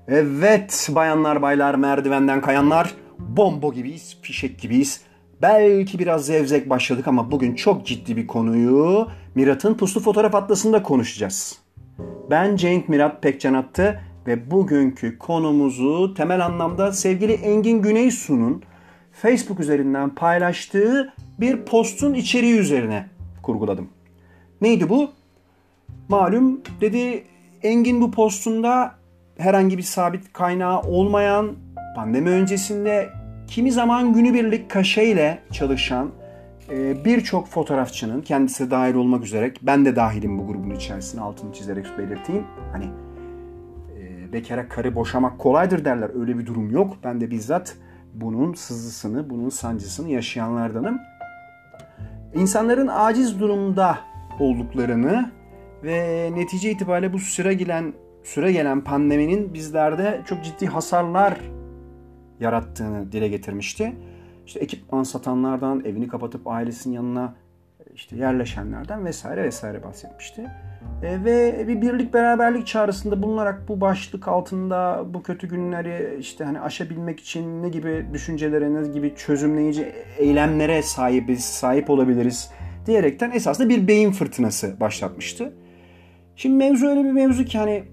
Evet bayanlar baylar merdivenden kayanlar bombo gibiyiz, fişek gibiyiz. Belki biraz zevzek başladık ama bugün çok ciddi bir konuyu Mirat'ın Puslu Fotoğraf Atlası'nda konuşacağız. Ben Cenk Mirat Pekcan Attı ve bugünkü konumuzu temel anlamda sevgili Engin Güneysu'nun Facebook üzerinden paylaştığı bir postun içeriği üzerine kurguladım. Neydi bu? Malum dedi Engin bu postunda herhangi bir sabit kaynağı olmayan, pandemi öncesinde kimi zaman günübirlik kaşeyle çalışan birçok fotoğrafçının, kendisi dahil olmak üzere, ben de dahilim bu grubun içerisine, altını çizerek belirteyim. Hani bekara karı boşamak kolaydır derler, öyle bir durum yok. Ben de bizzat bunun sızısını, bunun sancısını yaşayanlardanım. İnsanların aciz durumda olduklarını ve netice itibariyle bu süregelen pandeminin bizlerde çok ciddi hasarlar yarattığını dile getirmişti. İşte ekipman satanlardan, evini kapatıp ailesinin yanına işte yerleşenlerden vesaire vesaire bahsetmişti. Ve bir birlik beraberlik çağrısında bulunarak bu başlık altında bu kötü günleri işte hani aşabilmek için ne gibi düşüncelere, ne gibi çözümleyici eylemlere sahip olabiliriz diyerekten esasında bir beyin fırtınası başlatmıştı. Şimdi mevzu öyle bir mevzu ki hani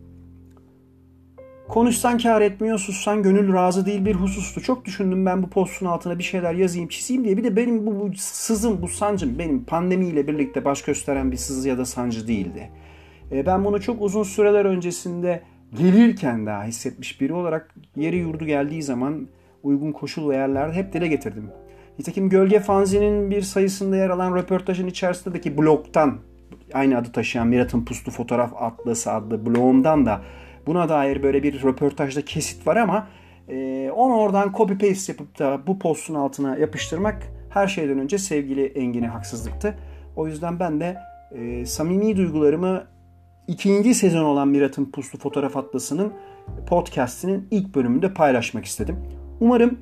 konuşsan kâr etmiyor, sussan gönül razı değil bir husustu. Çok düşündüm ben bu postun altına bir şeyler yazayım, çizeyim diye. Bir de benim bu sızım, bu sancım benim pandemiyle birlikte baş gösteren bir sızı ya da sancı değildi. Ben bunu çok uzun süreler öncesinde gelirken daha hissetmiş biri olarak yeri yurdu geldiği zaman uygun koşul ve yerlerde hep dile getirdim. Nitekim Gölge Fanzi'nin bir sayısında yer alan röportajın içerisindeki blogdan, aynı adı taşıyan Mirat'ın Puslu Fotoğraf Atlası adlı blogumdan da buna dair böyle bir röportajda kesit var ama onu oradan copy paste yapıp da bu postun altına yapıştırmak her şeyden önce sevgili Engin'e haksızlıktı. O yüzden ben de samimi duygularımı ikinci sezon olan Mirat'ın Puslu Fotoğraf Atlası'nın podcast'inin ilk bölümünde paylaşmak istedim. Umarım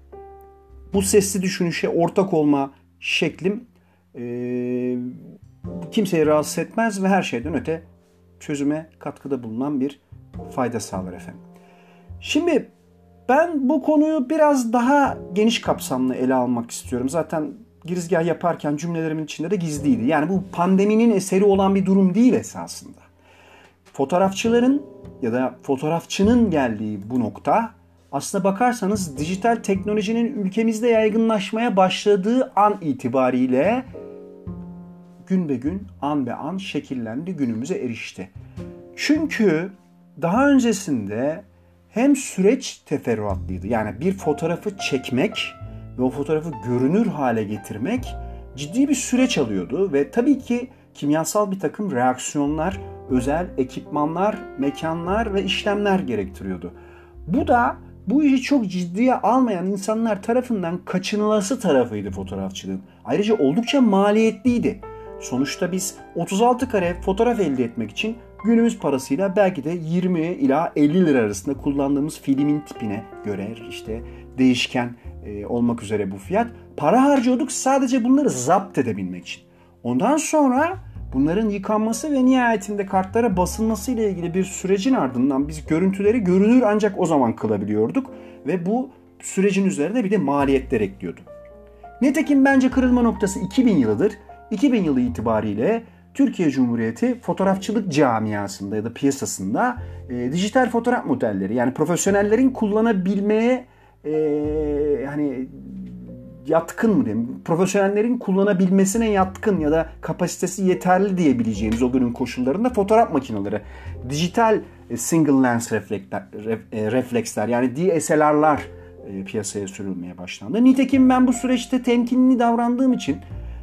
bu sesli düşünüşe ortak olma şeklim kimseyi rahatsız etmez ve her şeyden öte çözüme katkıda bulunan bir fayda sağlar efendim. Şimdi ben bu konuyu biraz daha geniş kapsamlı ele almak istiyorum. Zaten girizgah yaparken cümlelerimin içinde de gizliydi. Yani bu pandeminin eseri olan bir durum değil esasında. Fotoğrafçıların ya da fotoğrafçının geldiği bu nokta aslına bakarsanız dijital teknolojinin ülkemizde yaygınlaşmaya başladığı an itibariyle gün be gün, an be an şekillendi, günümüze erişti. Çünkü daha öncesinde hem süreç teferruatlıydı. Yani bir fotoğrafı çekmek ve o fotoğrafı görünür hale getirmek ciddi bir süreç alıyordu. Ve tabii ki kimyasal bir takım reaksiyonlar, özel ekipmanlar, mekanlar ve işlemler gerektiriyordu. Bu da bu işi çok ciddiye almayan insanlar tarafından kaçınılası tarafıydı fotoğrafçılığın. Ayrıca oldukça maliyetliydi. Sonuçta biz 36 kare fotoğraf elde etmek için günümüz parasıyla belki de 20 ila 50 lira arasında kullandığımız filmin tipine göre işte değişken olmak üzere bu fiyat. Para harcıyorduk sadece bunları zapt edebilmek için. Ondan sonra bunların yıkanması ve nihayetinde kartlara basılması ile ilgili bir sürecin ardından biz görüntüleri görünür ancak o zaman kılabiliyorduk. Ve bu sürecin üzerine bir de maliyetler ekliyordu. Nitekim bence kırılma noktası 2000 yılıdır. 2000 yılı itibariyle Türkiye Cumhuriyeti fotoğrafçılık camiasında ya da piyasasında dijital fotoğraf modelleri, yani profesyonellerin kullanabilmeye hani yatkın mı diyeyim, profesyonellerin kullanabilmesine yatkın ya da kapasitesi yeterli diyebileceğimiz o günün koşullarında fotoğraf makineleri, dijital single lens refleksler yani DSLR'lar piyasaya sürülmeye başlandı. Nitekim ben bu süreçte temkinli davrandığım için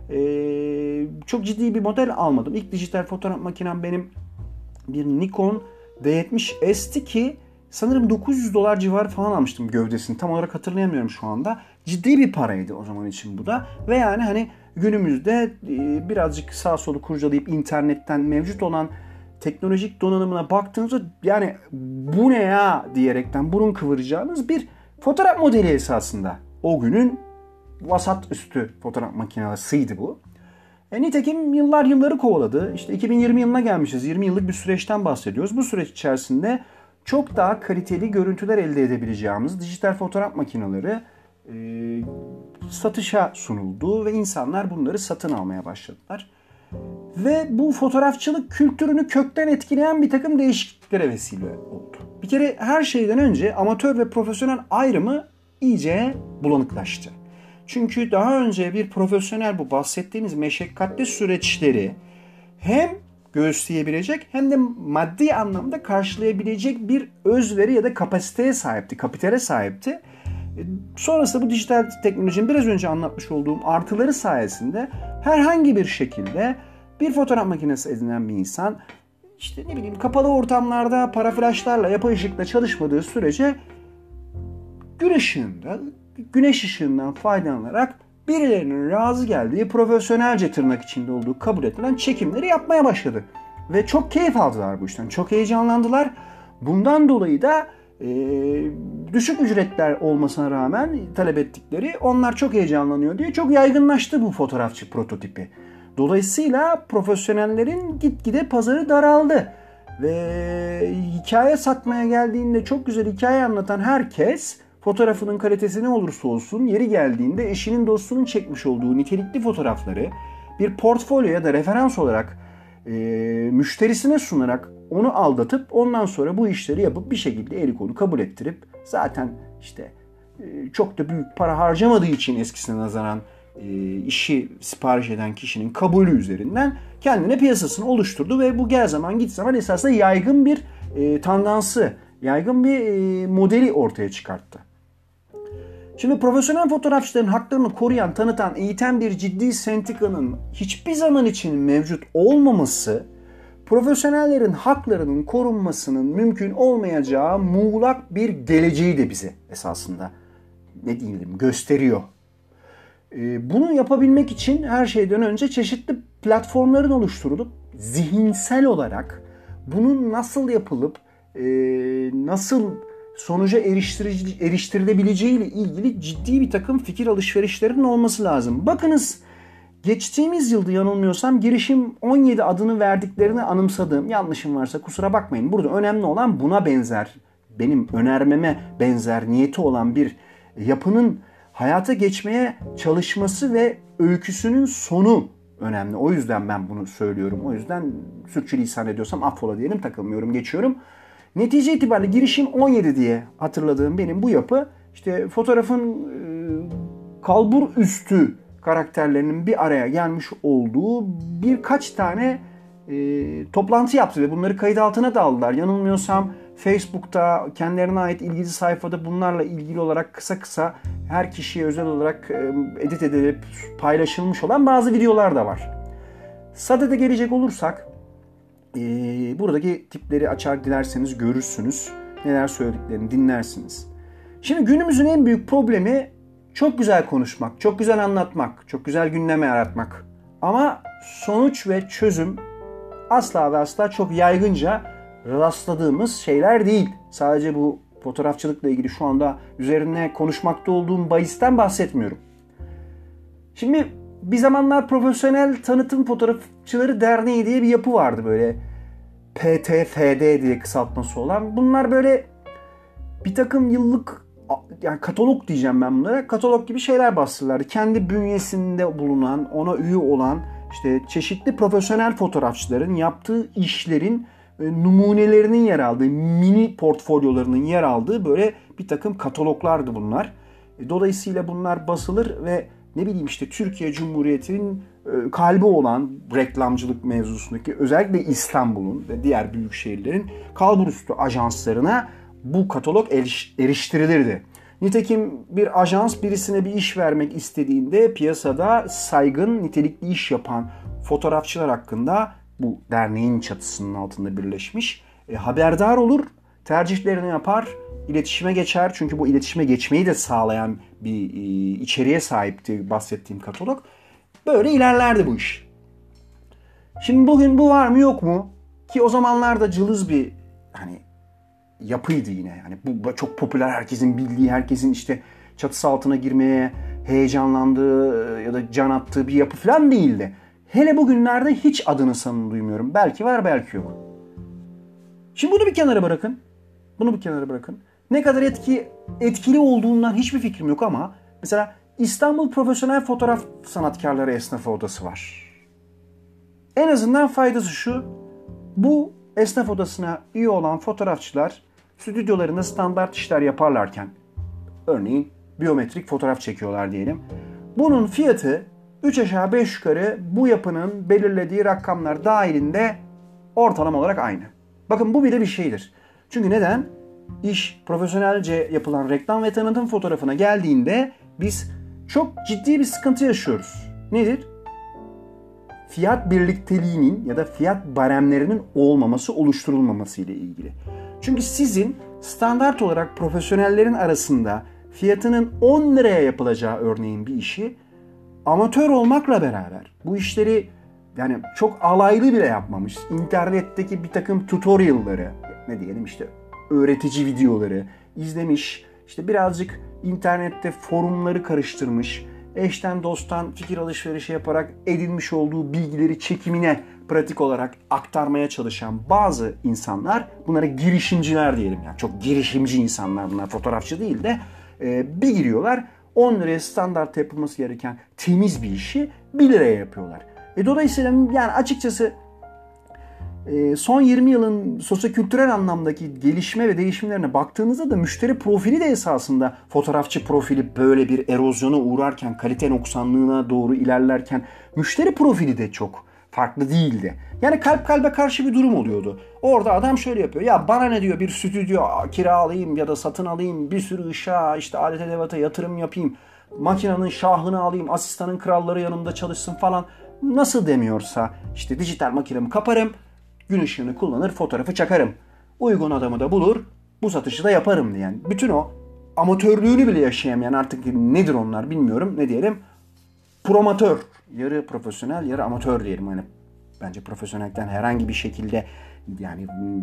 çok ciddi bir model almadım. İlk dijital fotoğraf makinem benim bir Nikon D70S'ti ki sanırım $900 civarı falan almıştım gövdesini. Tam olarak hatırlayamıyorum şu anda. Ciddi bir paraydı o zaman için bu da. Ve yani hani günümüzde birazcık sağ solu kurcalayıp internetten mevcut olan teknolojik donanımına baktığınızda yani bu ne ya diyerekten burun kıvıracağınız bir fotoğraf modeli esasında. O günün vasat üstü fotoğraf makinesiydi bu. Nitekim yılları kovaladı. İşte 2020 yılına gelmişiz. 20 yıllık bir süreçten bahsediyoruz. Bu süreç içerisinde çok daha kaliteli görüntüler elde edebileceğimiz dijital fotoğraf makineleri satışa sunuldu ve insanlar bunları satın almaya başladılar. Ve bu fotoğrafçılık kültürünü kökten etkileyen bir takım değişikliklere vesile oldu. Bir kere her şeyden önce amatör ve profesyonel ayrımı iyice bulanıklaştı. Çünkü daha önce bir profesyonel bu bahsettiğimiz meşakkatli süreçleri hem göğüsleyebilecek hem de maddi anlamda karşılayabilecek bir özveri ya da kapasiteye sahipti, kapitale sahipti. Sonrasında bu dijital teknolojinin biraz önce anlatmış olduğum artıları sayesinde herhangi bir şekilde bir fotoğraf makinesi edinen bir insan işte ne bileyim kapalı ortamlarda paraflaşlarla, yapay ışıkla çalışmadığı sürece güneş ışığından faydalanarak birilerinin razı geldiği, profesyonelce tırnak içinde olduğu kabul edilen çekimleri yapmaya başladı. Ve çok keyif aldılar bu işten. Çok heyecanlandılar. Bundan dolayı da düşük ücretler olmasına rağmen talep ettikleri, onlar çok heyecanlanıyor diye çok yaygınlaştı bu fotoğrafçı prototipi. Dolayısıyla profesyonellerin gitgide pazarı daraldı. Ve hikaye satmaya geldiğinde çok güzel hikaye anlatan herkes fotoğrafının kalitesi ne olursa olsun yeri geldiğinde eşinin dostunun çekmiş olduğu nitelikli fotoğrafları bir portfolyo ya da referans olarak müşterisine sunarak onu aldatıp ondan sonra bu işleri yapıp bir şekilde eli kolu kabul ettirip zaten işte çok da büyük para harcamadığı için eskisine nazaran işi sipariş eden kişinin kabulü üzerinden kendine piyasasını oluşturdu ve bu gel zaman git zaman esasında yaygın bir tandansı, yaygın bir modeli ortaya çıkarttı. Şimdi profesyonel fotoğrafçıların haklarını koruyan, tanıtan, eğiten bir ciddi sendikanın hiçbir zaman için mevcut olmaması, profesyonellerin haklarının korunmasının mümkün olmayacağı muğlak bir geleceği de bize esasında gösteriyor. Bunu yapabilmek için her şeyden önce çeşitli platformların oluşturulup zihinsel olarak bunun nasıl yapılıp nasıl sonuca eriştirilebileceği ile ilgili ciddi bir takım fikir alışverişlerinin olması lazım. Bakınız, geçtiğimiz yılda yanılmıyorsam Girişim 17 adını verdiklerini anımsadığım, yanlışım varsa kusura bakmayın. Burada önemli olan buna benzer, benim önermeme benzer niyeti olan bir yapının hayata geçmeye çalışması ve öyküsünün sonu önemli. O yüzden ben bunu söylüyorum. O yüzden sürçülisan ediyorsam affola diyelim, takılmıyorum, geçiyorum. Netice itibariyle Girişim 17 diye hatırladığım benim bu yapı işte fotoğrafın kalbur üstü karakterlerinin bir araya gelmiş olduğu birkaç tane toplantı yaptı ve bunları kayıt altına da aldılar. Yanılmıyorsam Facebook'ta kendilerine ait ilgili sayfada bunlarla ilgili olarak kısa kısa her kişiye özel olarak edit edilip paylaşılmış olan bazı videolar da var. Sadede gelecek olursak buradaki tipleri açar dilerseniz görürsünüz. Neler söylediklerini dinlersiniz. Şimdi günümüzün en büyük problemi çok güzel konuşmak, çok güzel anlatmak, çok güzel gündeme yaratmak. Ama sonuç ve çözüm asla ve asla çok yaygınca rastladığımız şeyler değil. Sadece bu fotoğrafçılıkla ilgili şu anda üzerine konuşmakta olduğum bahisten bahsetmiyorum. Şimdi bir zamanlar Profesyonel Tanıtım Fotoğrafçıları Derneği diye bir yapı vardı, böyle PTFD diye kısaltması olan. Bunlar böyle bir takım yıllık, yani katalog diyeceğim ben bunlara, katalog gibi şeyler bastırırlardı. Kendi bünyesinde bulunan, ona üye olan işte çeşitli profesyonel fotoğrafçıların yaptığı işlerin numunelerinin yer aldığı, mini portfolyolarının yer aldığı böyle bir takım kataloglardı bunlar. Dolayısıyla bunlar basılır ve ne bileyim işte Türkiye Cumhuriyeti'nin kalbi olan reklamcılık mevzusundaki özellikle İstanbul'un ve diğer büyük şehirlerin kalburüstü ajanslarına bu katalog eriştirilirdi. Nitekim bir ajans birisine bir iş vermek istediğinde piyasada saygın, nitelikli iş yapan fotoğrafçılar hakkında bu derneğin çatısının altında birleşmiş haberdar olur, tercihlerini yapar, iletişime geçer. Çünkü bu iletişime geçmeyi de sağlayan bir içeriğe sahipti bahsettiğim katalog. Böyle ilerlerdi bu iş. Şimdi bugün bu var mı yok mu? Ki o zamanlarda cılız bir yapıydı yine. Yani bu çok popüler, herkesin bildiği, herkesin işte çatısı altına girmeye heyecanlandığı ya da can attığı bir yapı falan değildi. Hele bugünlerde hiç adını sanını duymuyorum. Belki var, belki yok. Şimdi bunu bir kenara bırakın. Bunu bir kenara bırakın. Ne kadar etkili olduğundan hiçbir fikrim yok ama mesela İstanbul Profesyonel Fotoğraf Sanatkarları Esnafı Odası var. En azından faydası şu. Bu esnaf odasına üye olan fotoğrafçılar stüdyolarında standart işler yaparlarken, örneğin biyometrik fotoğraf çekiyorlar diyelim. Bunun fiyatı 3 aşağı 5 yukarı bu yapının belirlediği rakamlar dahilinde ortalama olarak aynı. Bakın bu bile bir şeydir. Çünkü neden? İş profesyonelce yapılan reklam ve tanıtım fotoğrafına geldiğinde biz çok ciddi bir sıkıntı yaşıyoruz. Nedir? Fiyat birlikteliğinin ya da fiyat baremlerinin olmaması, oluşturulmaması ile ilgili. Çünkü sizin standart olarak profesyonellerin arasında fiyatının 10 liraya yapılacağı örneğin bir işi amatör olmakla beraber bu işleri yani çok alaylı bile yapmamış, internetteki bir takım tutorial'ları, ne diyelim işte öğretici videoları izlemiş, işte birazcık internette forumları karıştırmış, eşten dosttan fikir alışverişi yaparak edinmiş olduğu bilgileri çekimine pratik olarak aktarmaya çalışan bazı insanlar, bunlara girişimciler diyelim, yani çok girişimci insanlar bunlar, fotoğrafçı değil de bir giriyorlar 10 liraya standart yapılması gereken temiz bir işi 1 liraya yapıyorlar. Dolayısıyla yani açıkçası son 20 yılın sosyokültürel anlamdaki gelişme ve değişimlerine baktığınızda da müşteri profili de esasında fotoğrafçı profili böyle bir erozyona uğrarken, kalite noksanlığına doğru ilerlerken müşteri profili de çok farklı değildi. Yani kalp kalbe karşı bir durum oluyordu. Orada adam şöyle yapıyor. Ya bana ne diyor, bir stüdyo kiralayayım ya da satın alayım, bir sürü ışığa, işte alet edevata yatırım yapayım, makinenin şahını alayım, asistanın kralları yanımda çalışsın falan. Nasıl demiyorsa işte dijital makinemi kaparım, gün ışığını kullanır, fotoğrafı çakarım. Uygun adamı da bulur, bu satışı da yaparım diyen. Bütün o amatörlüğünü bile yaşayamayan, artık nedir onlar bilmiyorum, ne diyelim, promatör. Yarı profesyonel, yarı amatör diyelim. Hani bence profesyonellikten herhangi bir şekilde yani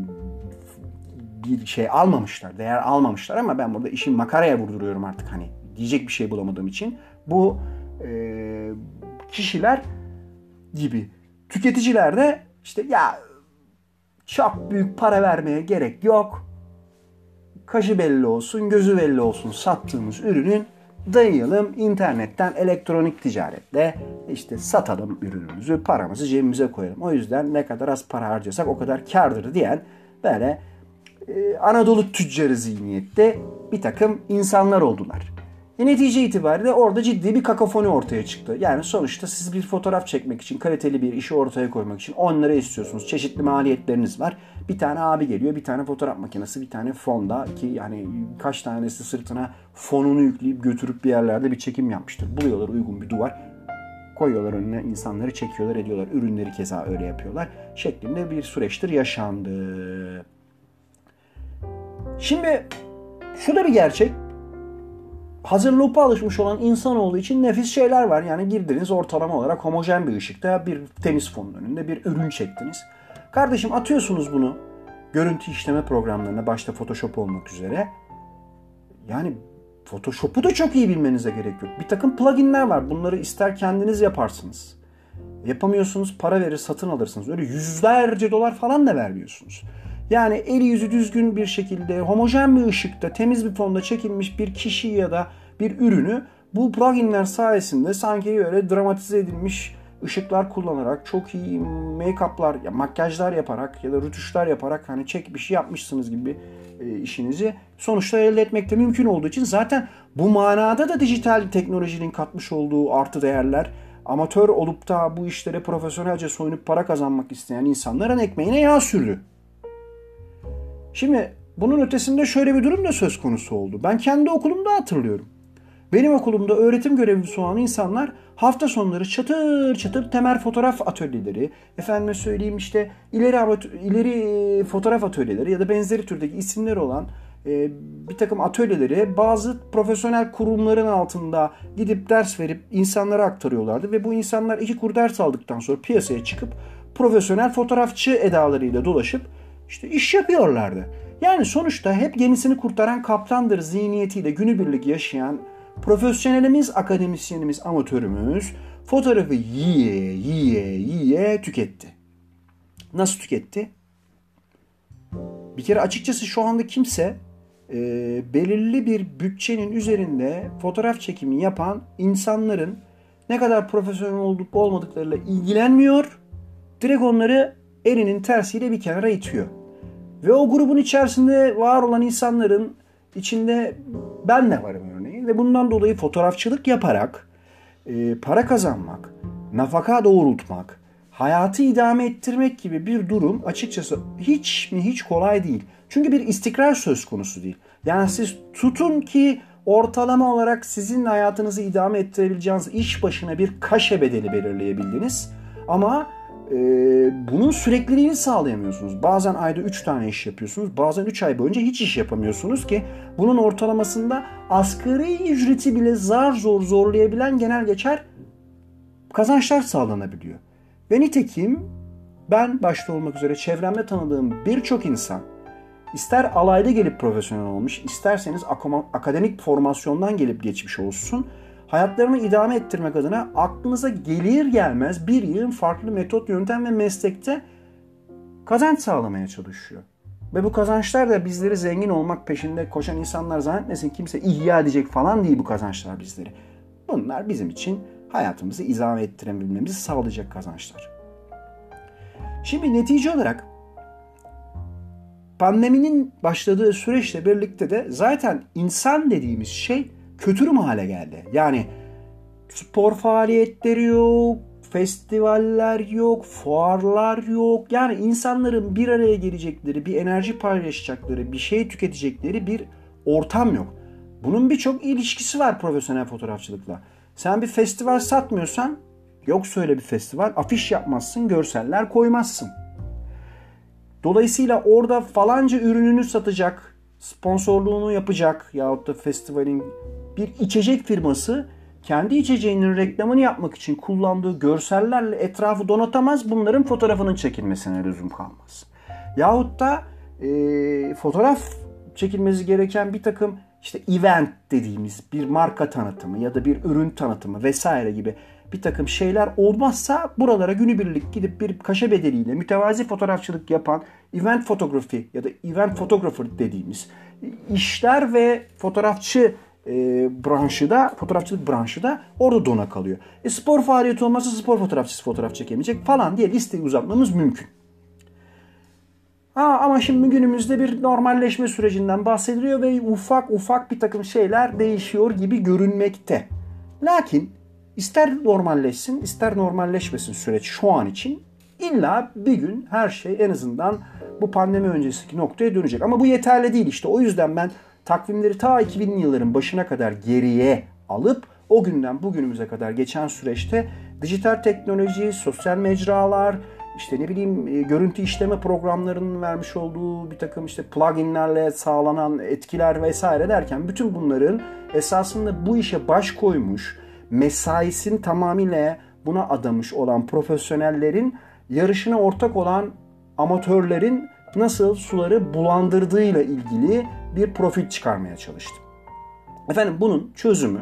bir şey almamışlar, değer almamışlar ama ben burada işin makaraya vurduruyorum artık, hani diyecek bir şey bulamadığım için. Bu kişiler gibi tüketiciler de işte ya çok büyük para vermeye gerek yok, kaşı belli olsun, gözü belli olsun sattığımız ürünün, dayayalım internetten elektronik ticaretle işte satalım ürünümüzü, paramızı cebimize koyalım. O yüzden ne kadar az para harcasak o kadar kârdır diyen böyle Anadolu tüccarı zihniyette bir takım insanlar oldular. Netice itibariyle orada ciddi bir kakafoni ortaya çıktı. Yani sonuçta siz bir fotoğraf çekmek için, kaliteli bir işi ortaya koymak için 10 lira istiyorsunuz. Çeşitli maliyetleriniz var. Bir tane abi geliyor, bir tane fotoğraf makinesi, bir tane fonda, ki yani kaç tanesi sırtına fonunu yükleyip götürüp bir yerlerde bir çekim yapmıştır. Buluyorlar uygun bir duvar, koyuyorlar önüne, insanları çekiyorlar, ediyorlar. Ürünleri keza öyle yapıyorlar şeklinde bir süreçtir yaşandı. Şimdi şu da bir gerçek. Hazır loop'a alışmış olan insanoğlu için nefis şeyler var. Yani girdiniz, ortalama olarak homojen bir ışıkta bir temiz fonun önünde bir ürün çektiniz. Kardeşim atıyorsunuz bunu görüntü işleme programlarına, başta Photoshop olmak üzere. Yani Photoshop'u da çok iyi bilmenize gerek yok. Bir takım pluginler var. Bunları ister kendiniz yaparsınız. Yapamıyorsunuz, para verir satın alırsınız. Öyle yüzlerce dolar falan da vermiyorsunuz. Yani eli yüzü düzgün bir şekilde homojen bir ışıkta, temiz bir fonda çekilmiş bir kişi ya da bir ürünü bu pluginler sayesinde sanki öyle dramatize edilmiş ışıklar kullanarak, çok iyi make-up'lar, ya makyajlar yaparak ya da rötuşlar yaparak hani çekmiş yapmışsınız gibi işinizi sonuçta elde etmek de mümkün olduğu için zaten bu manada da dijital teknolojinin katmış olduğu artı değerler, amatör olup da bu işlere profesyonelce soyunup para kazanmak isteyen insanların ekmeğine yağ sürdü. Şimdi bunun ötesinde şöyle bir durum da söz konusu oldu. Ben kendi okulumda hatırlıyorum. Benim okulumda öğretim görevlisi olan insanlar hafta sonları çatır çatır temel fotoğraf atölyeleri, efendime söyleyeyim işte ileri fotoğraf atölyeleri ya da benzeri türdeki isimleri olan bir takım atölyeleri bazı profesyonel kurumların altında gidip ders verip insanlara aktarıyorlardı. Ve bu insanlar 2 kur ders aldıktan sonra piyasaya çıkıp profesyonel fotoğrafçı edalarıyla dolaşıp işte iş yapıyorlardı. Yani sonuçta hep gemisini kurtaran kaptandır zihniyetiyle günübirlik yaşayan profesyonelimiz, akademisyenimiz, amatörümüz fotoğrafı yiye tüketti. Nasıl tüketti? Bir kere açıkçası şu anda kimse belirli bir bütçenin üzerinde fotoğraf çekimi yapan insanların ne kadar profesyonel olup olmadıklarıyla ilgilenmiyor. Direkt onları elinin tersiyle bir kenara itiyor. Ve o grubun içerisinde var olan insanların içinde ben de varım örneğin. Ve bundan dolayı fotoğrafçılık yaparak para kazanmak, nafaka doğrultmak, hayatı idame ettirmek gibi bir durum açıkçası hiç kolay değil. Çünkü bir istikrar söz konusu değil. Yani siz tutun ki ortalama olarak sizin hayatınızı idame ettirebileceğiniz iş başına bir kaşe bedeli belirleyebildiniz. Ama bunun sürekliliğini sağlayamıyorsunuz. Bazen ayda 3 tane iş yapıyorsunuz. Bazen 3 ay boyunca hiç iş yapamıyorsunuz ki bunun ortalamasında asgari ücreti bile zar zor zorlayabilen genel geçer kazançlar sağlanabiliyor. Ve nitekim ben başta olmak üzere çevremde tanıdığım birçok insan ister alayda gelip profesyonel olmuş, isterseniz akademik formasyondan gelip geçmiş olsun, hayatlarını idame ettirmek adına aklınıza gelir gelmez bir yığın farklı metot, yöntem ve meslekte kazanç sağlamaya çalışıyor. Ve bu kazançlar da bizleri zengin olmak peşinde koşan insanlar zannetmesin, kimse ihya edecek falan değil bu kazançlar bizleri. Bunlar bizim için hayatımızı idame ettirebilmemizi sağlayacak kazançlar. Şimdi netice olarak pandeminin başladığı süreçle birlikte de zaten insan dediğimiz şey kötürüm hale geldi. Yani spor faaliyetleri yok, festivaller yok, fuarlar yok. Yani insanların bir araya gelecekleri, bir enerji paylaşacakları, bir şey tüketecekleri bir ortam yok. Bunun birçok ilişkisi var profesyonel fotoğrafçılıkla. Sen bir festival satmıyorsan, yoksa öyle bir festival, afiş yapmazsın, görseller koymazsın. Dolayısıyla orada falanca ürününü satacak, sponsorluğunu yapacak yahut da festivalin bir içecek firması kendi içeceğinin reklamını yapmak için kullandığı görsellerle etrafı donatamaz, bunların fotoğrafının çekilmesine lüzum kalmaz. Yahut da fotoğraf çekilmesi gereken bir takım işte event dediğimiz bir marka tanıtımı ya da bir ürün tanıtımı vesaire gibi bir takım şeyler olmazsa buralara günübirlik gidip bir kaşe bedeliyle mütevazi fotoğrafçılık yapan event fotoğrafi ya da event photographer dediğimiz işler ve fotoğrafçı fotoğrafçılık branşı da orada dona kalıyor. Spor faaliyeti olmazsa spor fotoğrafçısı fotoğraf çekemeyecek falan diye listeyi uzatmamız mümkün. Ama şimdi günümüzde bir normalleşme sürecinden bahsediliyor ve ufak bir takım şeyler değişiyor gibi görünmekte. Lakin ister normalleşsin ister normalleşmesin süreç şu an için illa bir gün her şey en azından bu pandemi öncesindeki noktaya dönecek. Ama bu yeterli değil işte. O yüzden ben takvimleri ta 2000'li yılların başına kadar geriye alıp o günden bugünümüze kadar geçen süreçte dijital teknoloji, sosyal mecralar, işte ne bileyim görüntü işleme programlarının vermiş olduğu bir takım işte pluginlerle sağlanan etkiler vesaire derken bütün bunların esasında bu işe baş koymuş, mesaisini tamamıyla buna adamış olan profesyonellerin yarışına ortak olan amatörlerin nasıl suları bulandırdığıyla ilgili bir profil çıkarmaya çalıştım. Efendim bunun çözümü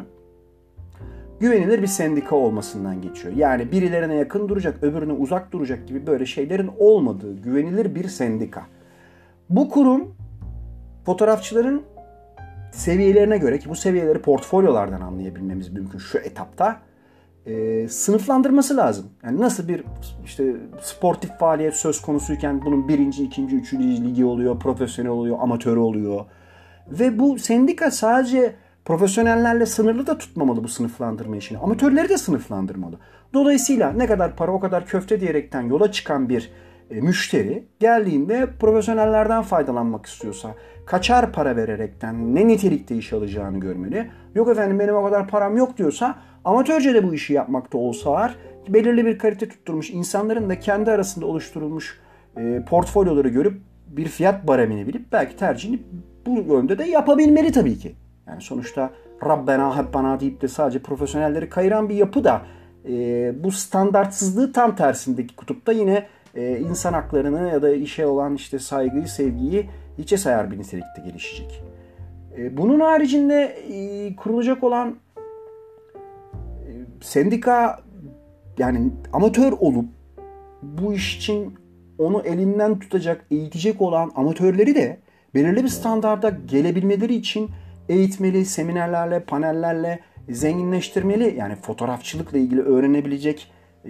güvenilir bir sendika olmasından geçiyor. Yani birilerine yakın duracak, öbürüne uzak duracak gibi böyle şeylerin olmadığı güvenilir bir sendika. Bu kurum fotoğrafçıların seviyelerine göre, ki bu seviyeleri portfolyolardan anlayabilmemiz mümkün şu etapta, sınıflandırması lazım. Yani nasıl bir işte sportif faaliyet söz konusuyken bunun birinci, ikinci, üçüncü ligi oluyor, profesyonel oluyor, amatörü oluyor. Ve bu sendika sadece profesyonellerle sınırlı da tutmamalı bu sınıflandırma işini. Amatörleri de sınıflandırmalı. Dolayısıyla ne kadar para o kadar köfte diyerekten yola çıkan bir müşteri geldiğinde profesyonellerden faydalanmak istiyorsa kaçar para vererekten ne nitelikte iş alacağını görmeli. Yok efendim benim o kadar param yok diyorsa amatörce de bu işi yapmakta olsalar belirli bir kalite tutturmuş insanların da kendi arasında oluşturulmuş portfolyoları görüp bir fiyat baremini bilip belki tercihini bu yönde de yapabilmeli tabii ki. Yani sonuçta Rabbena Habbana deyip de sadece profesyonelleri kayıran bir yapı da bu standartsızlığı tam tersindeki kutupta yine insan haklarını ya da işe olan işte saygıyı, sevgiyi hiçe sayar bir nitelikte gelişecek. Bunun haricinde kurulacak olan sendika yani amatör olup bu iş için onu elinden tutacak, eğitecek olan amatörleri de belirli bir standarda gelebilmeleri için eğitmeli, seminerlerle, panellerle zenginleştirmeli. Yani fotoğrafçılıkla ilgili öğrenebilecek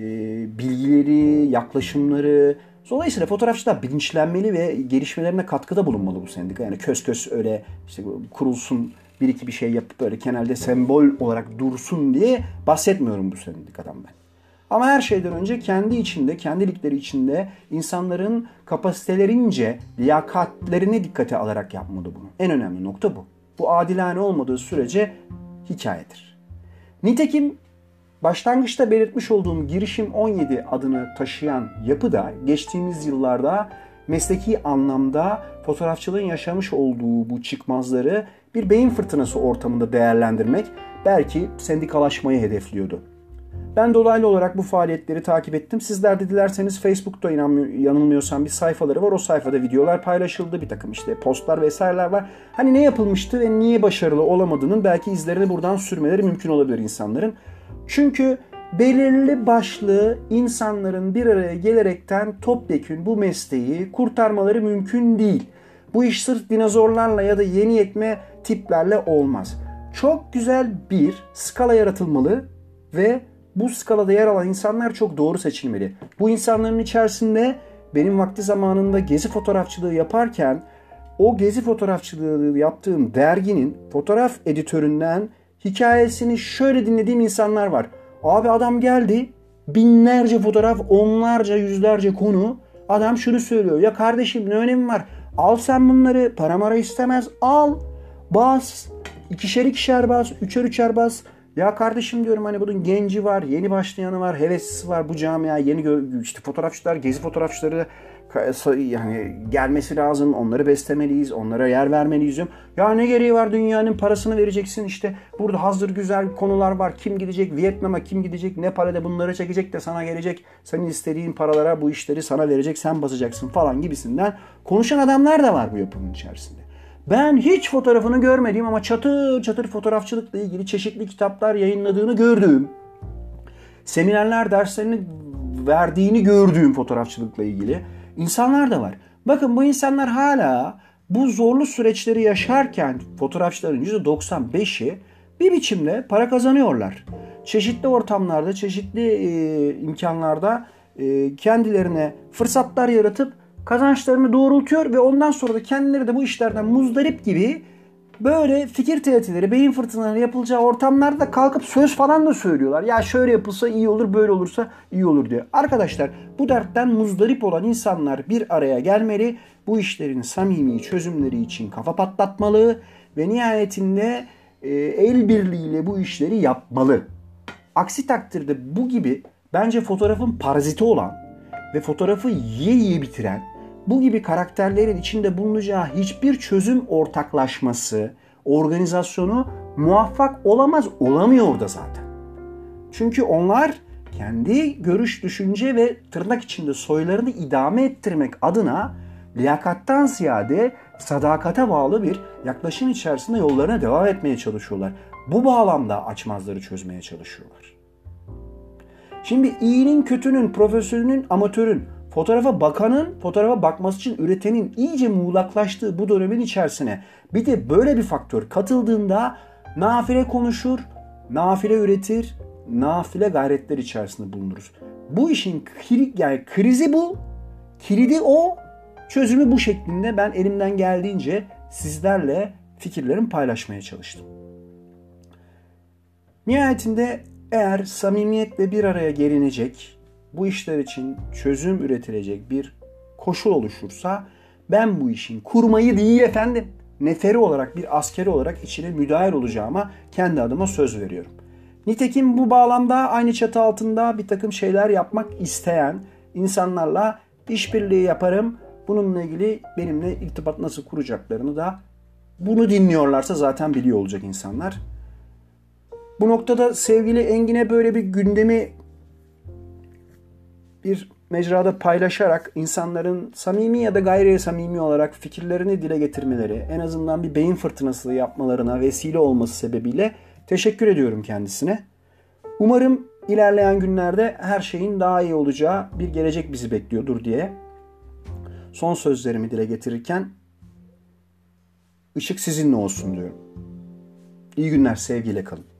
bilgileri, yaklaşımları. Dolayısıyla fotoğrafçılar bilinçlenmeli ve gelişmelerine katkıda bulunmalı bu sendika. Yani kös öyle işte kurulsun, bir iki bir şey yapıp böyle kenarda sembol olarak dursun diye bahsetmiyorum bu sendikadan ben. Ama her şeyden önce kendi içinde, kendi ligleri içinde insanların kapasitelerince liyakatlerini dikkate alarak yapmalı bunu. En önemli nokta bu. Bu adilane olmadığı sürece hikayedir. Nitekim başlangıçta belirtmiş olduğum Girişim 17 adını taşıyan yapı da geçtiğimiz yıllarda mesleki anlamda fotoğrafçılığın yaşamış olduğu bu çıkmazları bir beyin fırtınası ortamında değerlendirmek, belki sendikalaşmayı hedefliyordu. Ben dolaylı olarak bu faaliyetleri takip ettim. Sizler de dilerseniz Facebook'ta yanılmıyorsam bir sayfaları var. O sayfada videolar paylaşıldı. Bir takım işte postlar vesaireler var. Hani ne yapılmıştı ve niye başarılı olamadığının belki izlerini buradan sürmeleri mümkün olabilir insanların. Çünkü belirli başlı insanların bir araya gelerekten topyekün bu mesleği kurtarmaları mümkün değil. Bu iş sırf dinozorlarla ya da yeni yetme tiplerle olmaz. Çok güzel bir skala yaratılmalı ve bu skalada yer alan insanlar çok doğru seçilmeli. Bu insanların içerisinde benim vakti zamanında gezi fotoğrafçılığı yaparken o gezi fotoğrafçılığı yaptığım derginin fotoğraf editöründen hikayesini şöyle dinlediğim insanlar var. Abi adam geldi, binlerce fotoğraf, onlarca, yüzlerce konu. Adam şunu söylüyor. Ya kardeşim ne önemi var? Al sen bunları, para istemez. Al, bas, ikişer bas, üçer bas. Ya kardeşim diyorum, hani bunun genci var, yeni başlayanı var, heveslisi var, bu camia yeni işte fotoğrafçılar, gezi fotoğrafçıları yani gelmesi lazım, onları beslemeliyiz, onlara yer vermeliyiz diyorum. Ya ne gereği var, dünyanın parasını vereceksin, işte burada hazır güzel konular var, kim gidecek Vietnam'a, kim gidecek Nepal'e, bunları çekecek de sana gelecek, senin istediğin paralara bu işleri sana verecek, sen basacaksın falan gibisinden konuşan adamlar da var bu yapının içerisinde. Ben hiç fotoğrafını görmediğim ama çatır çatır fotoğrafçılıkla ilgili çeşitli kitaplar yayınladığını gördüğüm, seminerler derslerini verdiğini gördüğüm fotoğrafçılıkla ilgili insanlar da var. Bakın bu insanlar hala bu zorlu süreçleri yaşarken fotoğrafçıların %95'i bir biçimde para kazanıyorlar. Çeşitli ortamlarda, çeşitli imkanlarda kendilerine fırsatlar yaratıp kazançlarını doğrultuyor ve ondan sonra da kendileri de bu işlerden muzdarip gibi böyle fikir teatileri, beyin fırtınaları yapılacağı ortamlarda kalkıp söz falan da söylüyorlar. Ya şöyle yapılsa iyi olur, böyle olursa iyi olur diye. Arkadaşlar, bu dertten muzdarip olan insanlar bir araya gelmeli. Bu işlerin samimi çözümleri için kafa patlatmalı ve nihayetinde el birliğiyle bu işleri yapmalı. Aksi takdirde bu gibi bence fotoğrafın paraziti olan ve fotoğrafı yiye bitiren bu gibi karakterlerin içinde bulunacağı hiçbir çözüm ortaklaşması, organizasyonu muvaffak olamaz, olamıyor da zaten. Çünkü onlar kendi görüş, düşünce ve tırnak içinde soylarını idame ettirmek adına liyakattan ziyade sadakate bağlı bir yaklaşım içerisinde yollarına devam etmeye çalışıyorlar. Bu bağlamda açmazları çözmeye çalışıyorlar. Şimdi iyinin, kötünün, profesörünün, amatörün, fotoğrafa bakanın, fotoğrafa bakması için üretenin iyice muğlaklaştığı bu dönemin içerisine bir de böyle bir faktör katıldığında nafile konuşur, nafile üretir, nafile gayretler içerisinde bulunuruz. Bu işin krizi bu, kilidi o, çözümü bu şeklinde ben elimden geldiğince sizlerle fikirlerimi paylaşmaya çalıştım. Nihayetinde eğer samimiyetle bir araya gelinecek, bu işler için çözüm üretilecek bir koşul oluşursa ben bu işin kurmayı değil efendim, neferi olarak, bir askeri olarak içine müdahil olacağıma kendi adıma söz veriyorum. Nitekim bu bağlamda aynı çatı altında bir takım şeyler yapmak isteyen insanlarla işbirliği yaparım. Bununla ilgili benimle irtibat nasıl kuracaklarını da bunu dinliyorlarsa zaten biliyor olacak insanlar. Bu noktada sevgili Engin'e böyle bir gündemi bir mecrada paylaşarak insanların samimi ya da gayri samimi olarak fikirlerini dile getirmeleri, en azından bir beyin fırtınası yapmalarına vesile olması sebebiyle teşekkür ediyorum kendisine. Umarım ilerleyen günlerde her şeyin daha iyi olacağı bir gelecek bizi bekliyordur diye son sözlerimi dile getirirken ışık sizinle olsun diyorum. İyi günler, sevgiyle kalın.